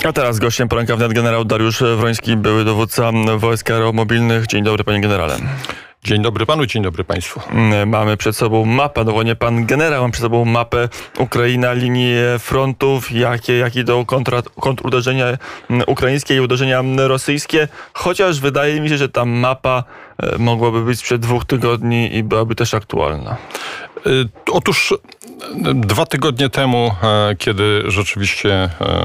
A teraz gościem poranka wnet generał Dariusz Wroński, były dowódca wojsk aeromobilnych. Dzień dobry, panie generale. Dzień dobry panu, dzień dobry państwu. Mamy przed sobą mapę, no bo nie pan generał, mam przed sobą mapę Ukraina, linii frontów, jakie idą kontruderzenia ukraińskie i uderzenia rosyjskie, chociaż wydaje mi się, że ta mapa mogłaby być sprzed 2 tygodni i byłaby też aktualna. Otóż 2 tygodnie temu, kiedy rzeczywiście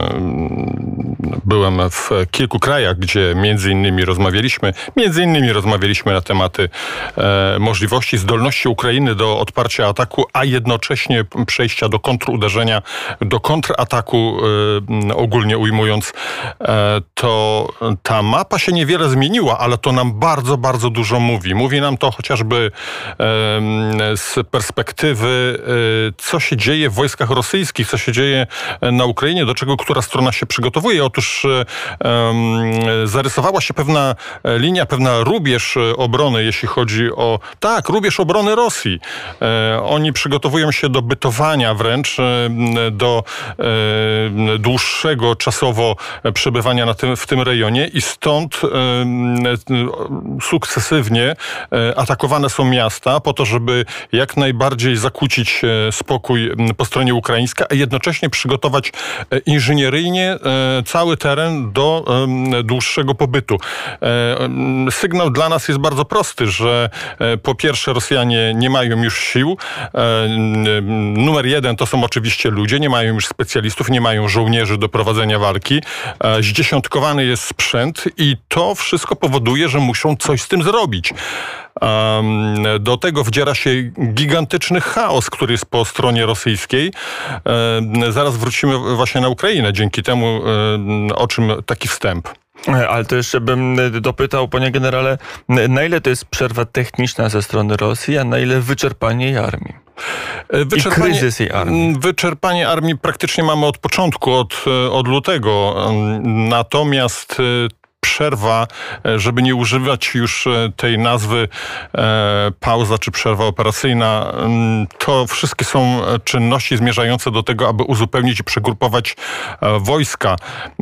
byłem w kilku krajach, gdzie między innymi rozmawialiśmy na tematy możliwości, zdolności Ukrainy do odparcia ataku, a jednocześnie przejścia do kontruderzenia, do kontrataku, ogólnie ujmując, to ta mapa się niewiele zmieniła, ale to nam bardzo, bardzo dużo mówi. Mówi nam to chociażby z perspektywy, co się dzieje w wojskach rosyjskich, co się dzieje na Ukrainie, do czego która strona się przygotowuje. Otóż zarysowała się pewna linia, pewna rubież obrony, jeśli chodzi o... Tak, rubież obrony Rosji. Oni przygotowują się do bytowania wręcz, do dłuższego czasowo przebywania w tym rejonie i stąd sukcesywnie atakowane są miasta po to, żeby jak najbardziej zakłócić spokój po stronie ukraińskiej, a jednocześnie przygotować inżynieryjnie cały teren do dłuższego pobytu. Sygnał dla nas jest bardzo prosty, że po pierwsze Rosjanie nie mają już sił. Numer 1 to są oczywiście ludzie, nie mają już specjalistów, nie mają żołnierzy do prowadzenia walki. Zdziesiątkowany jest sprzęt i to wszystko powoduje, że muszą coś z tym zrobić. Do tego wdziera się gigantyczny chaos, który jest po stronie rosyjskiej. Zaraz wrócimy właśnie na Ukrainę. Dzięki temu, o czym taki wstęp. Ale to jeszcze bym dopytał, panie generale, na ile to jest przerwa techniczna ze strony Rosji, a na ile wyczerpanie jej armii? I kryzys jej armii. Wyczerpanie armii praktycznie mamy od początku, od lutego. Natomiast przerwa, żeby nie używać już tej nazwy pauza czy przerwa operacyjna, to wszystkie są czynności zmierzające do tego, aby uzupełnić i przegrupować wojska.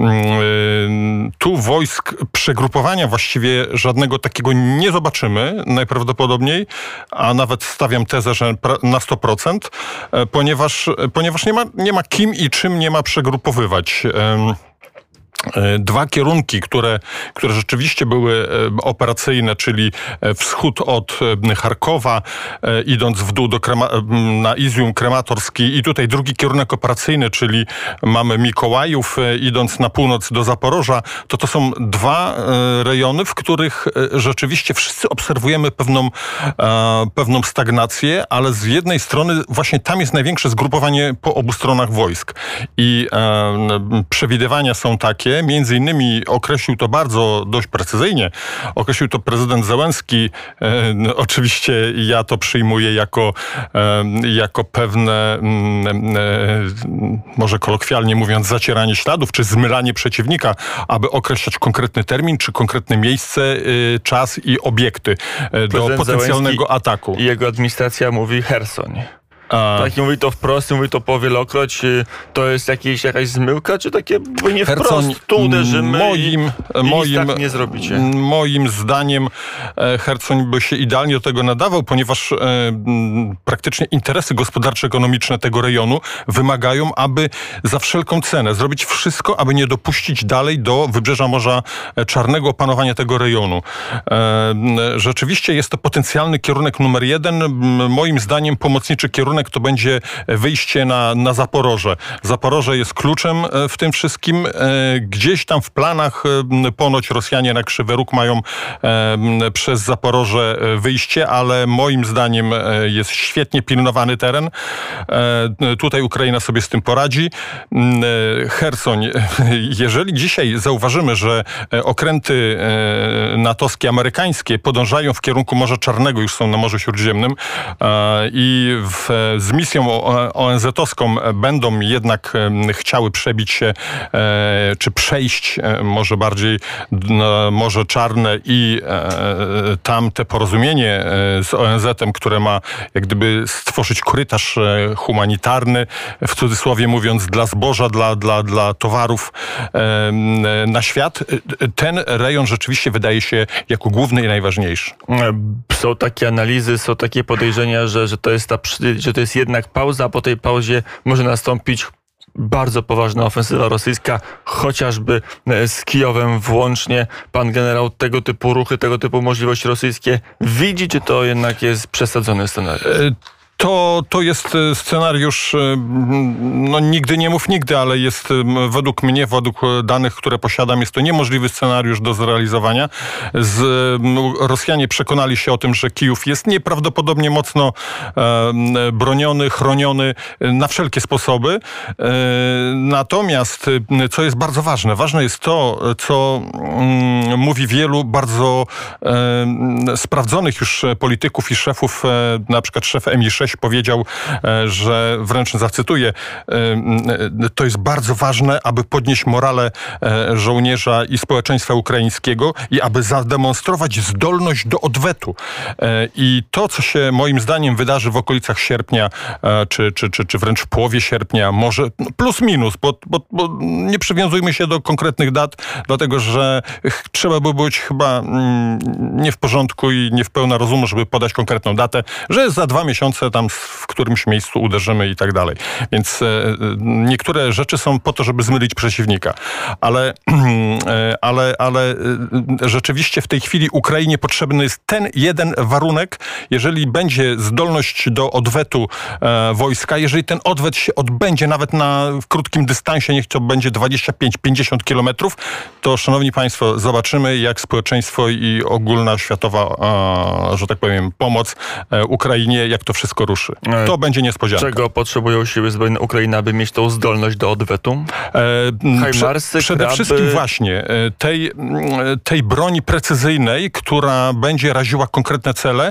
Tu wojsk przegrupowania właściwie żadnego takiego nie zobaczymy najprawdopodobniej, a nawet stawiam tezę, że na 100%, ponieważ nie ma kim i czym nie ma przegrupowywać. 2 kierunki, które rzeczywiście były operacyjne, czyli wschód od Charkowa, idąc w dół na Izium Krematorski i tutaj drugi kierunek operacyjny, czyli mamy Mikołajów, idąc na północ do Zaporoża, to są 2 rejony, w których rzeczywiście wszyscy obserwujemy pewną stagnację, ale z jednej strony właśnie tam jest największe zgrupowanie po obu stronach wojsk. I przewidywania są takie, między innymi określił to dość precyzyjnie, określił to prezydent Zełenski. Oczywiście ja to przyjmuję jako pewne, może kolokwialnie mówiąc, zacieranie śladów, czy zmylanie przeciwnika, aby określać konkretny termin, czy konkretne miejsce, czas i obiekty do potencjalnego ataku. I jego administracja mówi Cherson. Tak, mówi to wprost, mówi to powielokroć. To jest jakaś zmyłka, czy takie nie wprost? Tu uderzymy i tak nie zrobicie. Moim zdaniem Cherson by się idealnie do tego nadawał, ponieważ praktycznie interesy gospodarczo-ekonomiczne tego rejonu wymagają, aby za wszelką cenę zrobić wszystko, aby nie dopuścić dalej do wybrzeża Morza Czarnego opanowania tego rejonu. Rzeczywiście jest to potencjalny kierunek numer 1. Moim zdaniem pomocniczy kierunek to będzie wyjście na Zaporoże. Zaporoże jest kluczem w tym wszystkim. Gdzieś tam w planach ponoć Rosjanie na Krzywy Róg mają przez Zaporoże wyjście, ale moim zdaniem jest świetnie pilnowany teren. Tutaj Ukraina sobie z tym poradzi. Cherson, jeżeli dzisiaj zauważymy, że okręty natowskie, amerykańskie podążają w kierunku Morza Czarnego, już są na Morzu Śródziemnym i w z misją ONZ-owską będą jednak chciały przebić się, czy przejść może bardziej na Morze Czarne i tam te porozumienie z ONZ-em, które ma jak gdyby stworzyć korytarz humanitarny, w cudzysłowie mówiąc, dla zboża, dla towarów na świat. Ten rejon rzeczywiście wydaje się jako główny i najważniejszy. Są takie analizy, są takie podejrzenia, że to jest jednak pauza, a po tej pauzie może nastąpić bardzo poważna ofensywa rosyjska, chociażby z Kijowem włącznie. Pan generał tego typu ruchy, tego typu możliwości rosyjskie widzi, czy to jednak jest przesadzony scenariusz? To jest scenariusz, no nigdy nie mów nigdy, ale jest według mnie, według danych, które posiadam, jest to niemożliwy scenariusz do zrealizowania. Rosjanie przekonali się o tym, że Kijów jest nieprawdopodobnie mocno broniony, chroniony na wszelkie sposoby. Natomiast, co jest bardzo ważne jest to, co mówi wielu bardzo sprawdzonych już polityków i szefów, na przykład szef MI6 powiedział, że wręcz zacytuję, to jest bardzo ważne, aby podnieść morale żołnierza i społeczeństwa ukraińskiego i aby zademonstrować zdolność do odwetu. I to, co się moim zdaniem wydarzy w okolicach sierpnia, czy wręcz w połowie sierpnia, może plus minus, bo nie przywiązujmy się do konkretnych dat, dlatego że trzeba by być chyba nie w porządku i nie w pełna rozumu, żeby podać konkretną datę, że za 2 miesiące tam w którymś miejscu uderzymy i tak dalej. Więc niektóre rzeczy są po to, żeby zmylić przeciwnika. Ale rzeczywiście w tej chwili Ukrainie potrzebny jest ten jeden warunek, jeżeli będzie zdolność do odwetu wojska, jeżeli ten odwet się odbędzie nawet na krótkim dystansie, niech to będzie 25-50 kilometrów, to szanowni państwo, zobaczymy, jak społeczeństwo i ogólna światowa, że tak powiem, pomoc Ukrainie, jak to wszystko ruszy. To będzie niespodzianka. Czego potrzebują siły zbrojne Ukrainy, aby mieć tą zdolność do odwetu? Hajmarsy, Przede wszystkim właśnie tej broni precyzyjnej, która będzie raziła konkretne cele.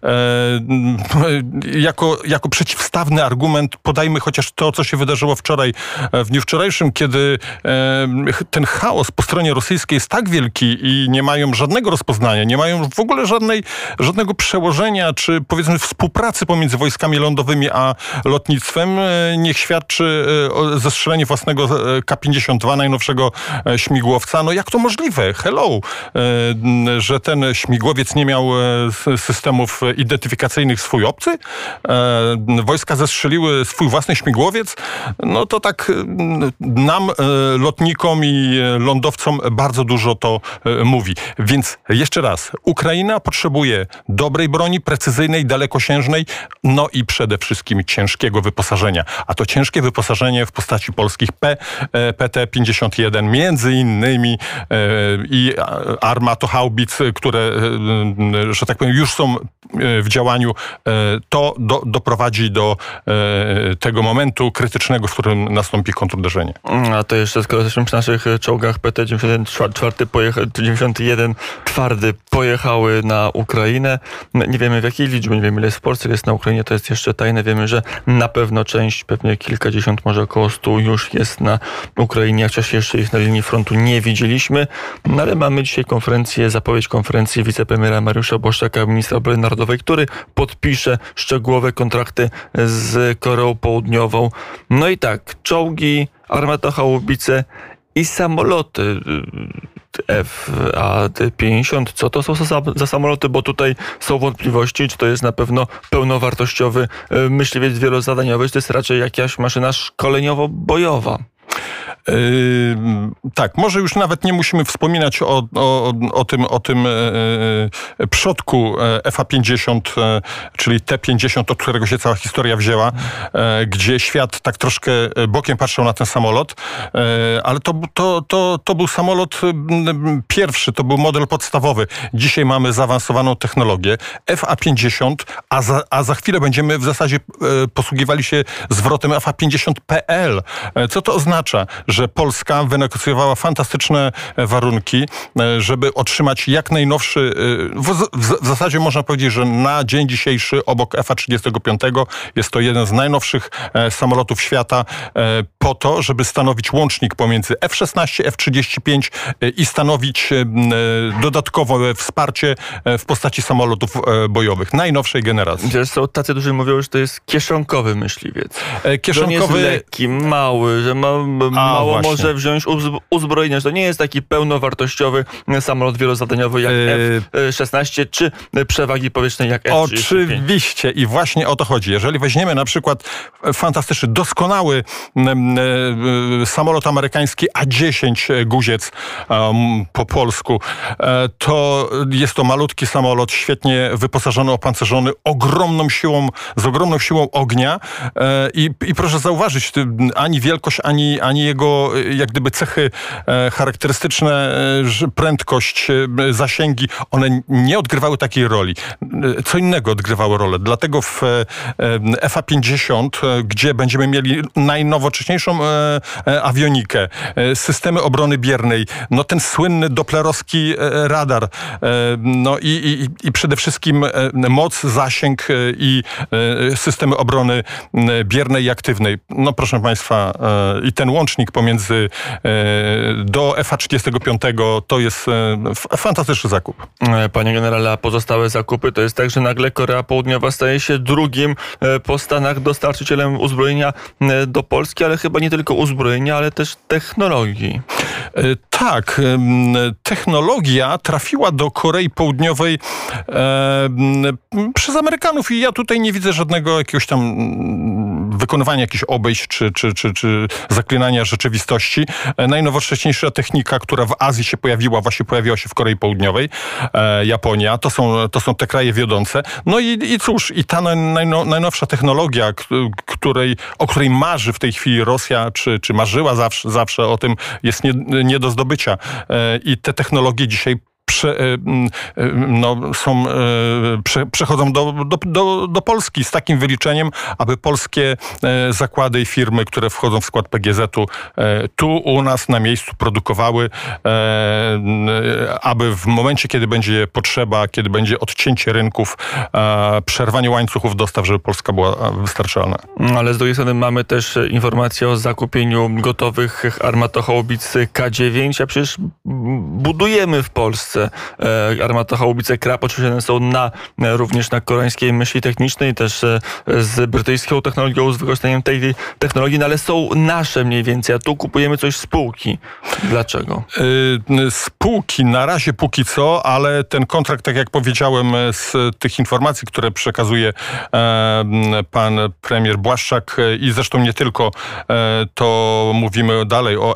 Jako przeciwstawny argument podajmy chociaż to, co się wydarzyło wczoraj, w dniu wczorajszym, kiedy ten chaos po stronie rosyjskiej jest tak wielki i nie mają żadnego rozpoznania, nie mają w ogóle żadnego przełożenia, czy powiedzmy współpracy pomiędzy wojskami lądowymi a lotnictwem. Niech świadczy zestrzelenie własnego K-52, najnowszego śmigłowca. No jak to możliwe? Hello! Że ten śmigłowiec nie miał systemów identyfikacyjnych swój obcy? Wojska zestrzeliły swój własny śmigłowiec? No to tak nam, lotnikom i lądowcom bardzo dużo to mówi. Więc jeszcze raz, Ukraina potrzebuje dobrej broni, precyzyjnej, dalekosiężnej, no i przede wszystkim ciężkiego wyposażenia. A to ciężkie wyposażenie w postaci polskich PT-51, między innymi i armatohaubic, które, że tak powiem, już są w działaniu, to doprowadzi do tego momentu krytycznego, w którym nastąpi kontruderzenie. A to jeszcze, skoro jesteśmy przy naszych czołgach, PT-91 twardy pojechały na Ukrainę. Nie wiemy w jakiej liczbie, nie wiemy ile jest w Polsce, ile jest na Ukrainie, to jest jeszcze tajne. Wiemy, że na pewno część, pewnie kilkadziesiąt, może około 100 już jest na Ukrainie, chociaż jeszcze ich na linii frontu nie widzieliśmy. No ale mamy dzisiaj zapowiedź konferencji wicepremiera Mariusza Błaszczaka, ministra obrony narodowej, który podpisze szczegółowe kontrakty z Koreą Południową. No i tak, czołgi, armatohaubice i samoloty F-50. Co to są za samoloty? Bo tutaj są wątpliwości, czy to jest na pewno pełnowartościowy myśliwiec wielozadaniowy, czy to jest raczej jakaś maszyna szkoleniowo-bojowa. Tak, może już nawet nie musimy wspominać o tym przodku F-50, czyli T-50, od którego się cała historia wzięła, gdzie świat tak troszkę bokiem patrzył na ten samolot, ale to był samolot pierwszy, to był model podstawowy. Dzisiaj mamy zaawansowaną technologię F-50, a za chwilę będziemy w zasadzie posługiwali się zwrotem F-50PL. Co to oznacza? że Polska wynegocjowała fantastyczne warunki, żeby otrzymać jak najnowszy, w zasadzie można powiedzieć, że na dzień dzisiejszy obok F-35 jest to jeden z najnowszych samolotów świata po to, żeby stanowić łącznik pomiędzy F-16, F-35 i stanowić dodatkowe wsparcie w postaci samolotów bojowych najnowszej generacji. Zresztą tacy, którzy mówią, że to jest kieszonkowy myśliwiec. Kieszonkowy... Że on jest lekki, mały, że mało właśnie. może wziąć uzbrojenia, że to nie jest taki pełnowartościowy samolot wielozadaniowy jak F-16 czy przewagi powietrznej jak F-35. Oczywiście i właśnie o to chodzi. Jeżeli weźmiemy na przykład fantastyczny, doskonały samolot amerykański A-10 Guziec po polsku, to jest to malutki samolot, świetnie wyposażony, opancerzony, z ogromną siłą ognia i proszę zauważyć, ani wielkość, ani jego jak gdyby cechy charakterystyczne, prędkość, zasięgi, one nie odgrywały takiej roli. Co innego odgrywało rolę. Dlatego w F-50, gdzie będziemy mieli najnowocześniejszą awionikę, systemy obrony biernej, no ten słynny doplerowski radar, no i przede wszystkim moc, zasięg i systemy obrony biernej i aktywnej. No proszę Państwa, i ten łącznik pomiędzy do F-35 to jest fantastyczny zakup. Panie generale, a pozostałe zakupy to jest tak, że nagle Korea Południowa staje się drugim po Stanach dostarczycielem uzbrojenia do Polski, ale chyba nie tylko uzbrojenia, ale też technologii. Tak, technologia trafiła do Korei Południowej przez Amerykanów i ja tutaj nie widzę żadnego jakiegoś tam wykonywania jakichś obejść czy zaklinania rzeczywistości. Najnowocześniejsza technika, która w Azji się pojawiła, właśnie pojawiła się w Korei Południowej, Japonia, to są te kraje wiodące. No i cóż, i ta najnowsza technologia, o której marzy w tej chwili Rosja, czy marzyła zawsze o tym, jest nie do zdobycia. I te technologie dzisiaj przechodzą do Polski z takim wyliczeniem, aby polskie zakłady i firmy, które wchodzą w skład PGZ-u, tu u nas na miejscu produkowały, aby w momencie, kiedy będzie potrzeba, kiedy będzie odcięcie rynków, przerwanie łańcuchów dostaw, żeby Polska była wystarczalna. Ale z drugiej strony mamy też informację o zakupieniu gotowych armatohaubic K9, a przecież budujemy w Polsce armatohaubice Krab. Oczywiście one są również na koreańskiej myśli technicznej, też z brytyjską technologią, z wykorzystaniem tej technologii, no ale są nasze mniej więcej, a tu kupujemy coś z spółki. Dlaczego? Spółki na razie póki co, ale ten kontrakt, tak jak powiedziałem, z tych informacji, które przekazuje pan premier Błaszczak i zresztą nie tylko, to mówimy dalej o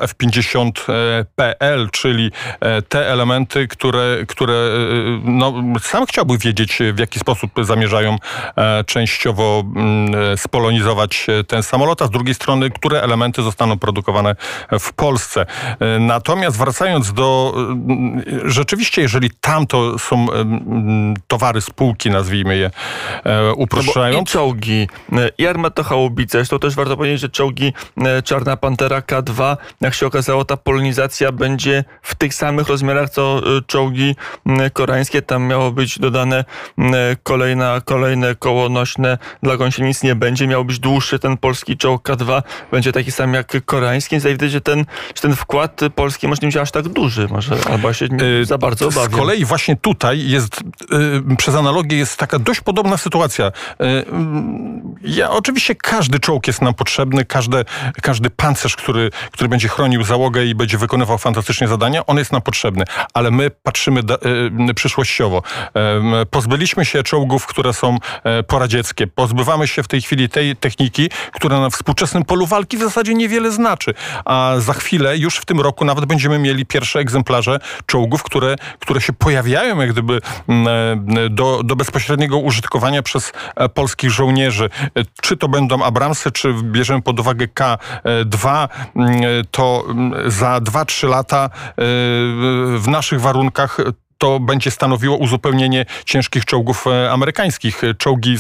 F-50PL, czyli te elementy, które no, sam chciałby wiedzieć, w jaki sposób zamierzają częściowo spolonizować ten samolot, a z drugiej strony, które elementy zostaną produkowane w Polsce. Natomiast wracając do... Rzeczywiście, jeżeli tam to są towary spółki, nazwijmy je, uproszczając... No i czołgi, i armatohaubice. Zresztą też warto powiedzieć, że czołgi Czarna Pantera K2, jak się okazało, ta polonizacja będzie w tych samych rozmiarach, co czołgi koreańskie. Tam miało być dodane kolejne koło nośne dla gąsienic. Nie będzie. Miał być dłuższy ten polski czołg K2. Będzie taki sam jak koreański. Więc widać, że ten wkład polski może nie będzie aż tak duży. Albo się za bardzo obawiam. Z kolei właśnie tutaj jest, przez analogię jest taka dość podobna sytuacja. Oczywiście każdy czołg jest nam potrzebny, każdy pancerz, który będzie chronił załogę i będzie wykonywał fantastycznie zadania, on jest nam potrzebny. Ale my patrzymy przyszłościowo. Pozbyliśmy się czołgów, które są poradzieckie. Pozbywamy się w tej chwili tej techniki, która na współczesnym polu walki w zasadzie niewiele znaczy. A za chwilę, już w tym roku nawet będziemy mieli pierwsze egzemplarze czołgów, które się pojawiają jak gdyby do bezpośredniego użytkowania przez polskich żołnierzy. Czy to będą Abramsy, czy bierzemy pod uwagę K2, to za 2-3 lata w naszych warunkach to będzie stanowiło uzupełnienie ciężkich czołgów amerykańskich. Czołgi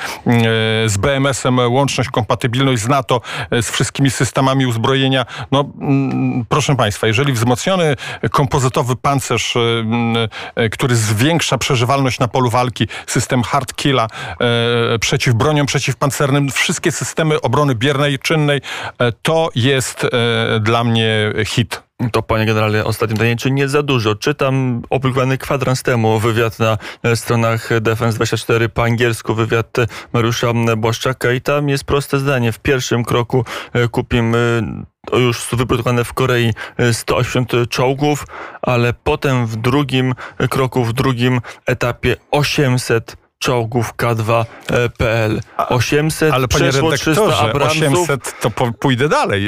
z BMS-em, łączność, kompatybilność z NATO, z wszystkimi systemami uzbrojenia. No, proszę Państwa, jeżeli wzmocniony kompozytowy pancerz, który zwiększa przeżywalność na polu walki, system hard killa, przeciw broniom przeciwpancernym, wszystkie systemy obrony biernej, czynnej, to jest dla mnie hit. To, panie generale, ostatnie pytanie, czy nie za dużo? Czytam opublikowany kwadrans temu wywiad na stronach Defense24 po angielsku, wywiad Mariusza Błaszczaka i tam jest proste zdanie. W pierwszym kroku kupimy już wyprodukowane w Korei 180 czołgów, ale potem w drugim kroku, w drugim etapie 800 czołgów K2PL. 800, ale panie redaktorze, 800 to pójdę dalej.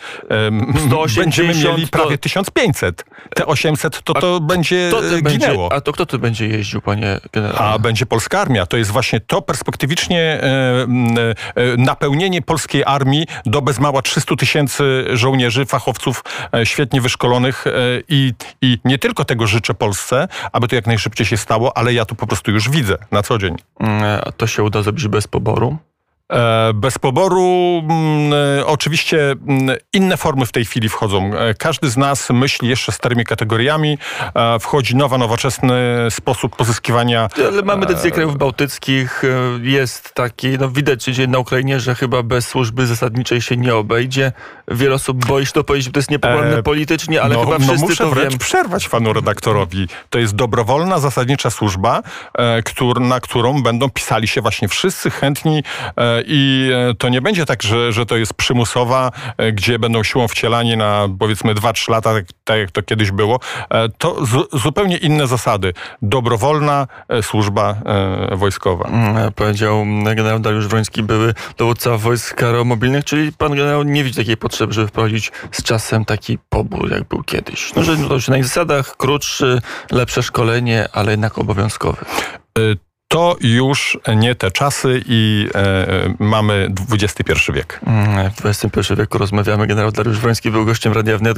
180 będziemy mieli prawie 1500. Te 800 to będzie ginęło. A to kto tu będzie jeździł, panie generale? A będzie polska armia. To jest właśnie to perspektywicznie napełnienie polskiej armii do bez mała 300 000 żołnierzy, fachowców świetnie wyszkolonych i nie tylko tego życzę Polsce, aby to jak najszybciej się stało, ale ja tu po prostu już widzę na co dzień. A to się uda zrobić bez poboru? Bez poboru oczywiście inne formy w tej chwili wchodzą. Każdy z nas myśli jeszcze starymi kategoriami. Wchodzi nowoczesny sposób pozyskiwania. Ale mamy decyzję krajów bałtyckich. Jest taki, widać się dzieje na Ukrainie, że chyba bez służby zasadniczej się nie obejdzie. Wiele osób boi się to powiedzieć, że to jest niepopularne politycznie, ale chyba wszyscy muszę to wręcz wiem. przerwać panu redaktorowi. To jest dobrowolna, zasadnicza służba, na którą będą pisali się właśnie wszyscy chętni i to nie będzie tak, że to jest przymusowa, gdzie będą siłą wcielani na powiedzmy 2-3 lata, tak jak to kiedyś było. To zupełnie inne zasady. Dobrowolna służba wojskowa. Powiedział generał Dariusz Wroński, były dowódca wojsk aeromobilnych, czyli pan generał nie widzi takiej potrzeby, żeby wprowadzić z czasem taki pobór, jak był kiedyś. Że to już na ich zasadach, krótszy, lepsze szkolenie, ale jednak obowiązkowy. To już nie te czasy i mamy XXI wiek. W XXI wieku rozmawiamy. Generał Dariusz Wroński był gościem Radia Wnet.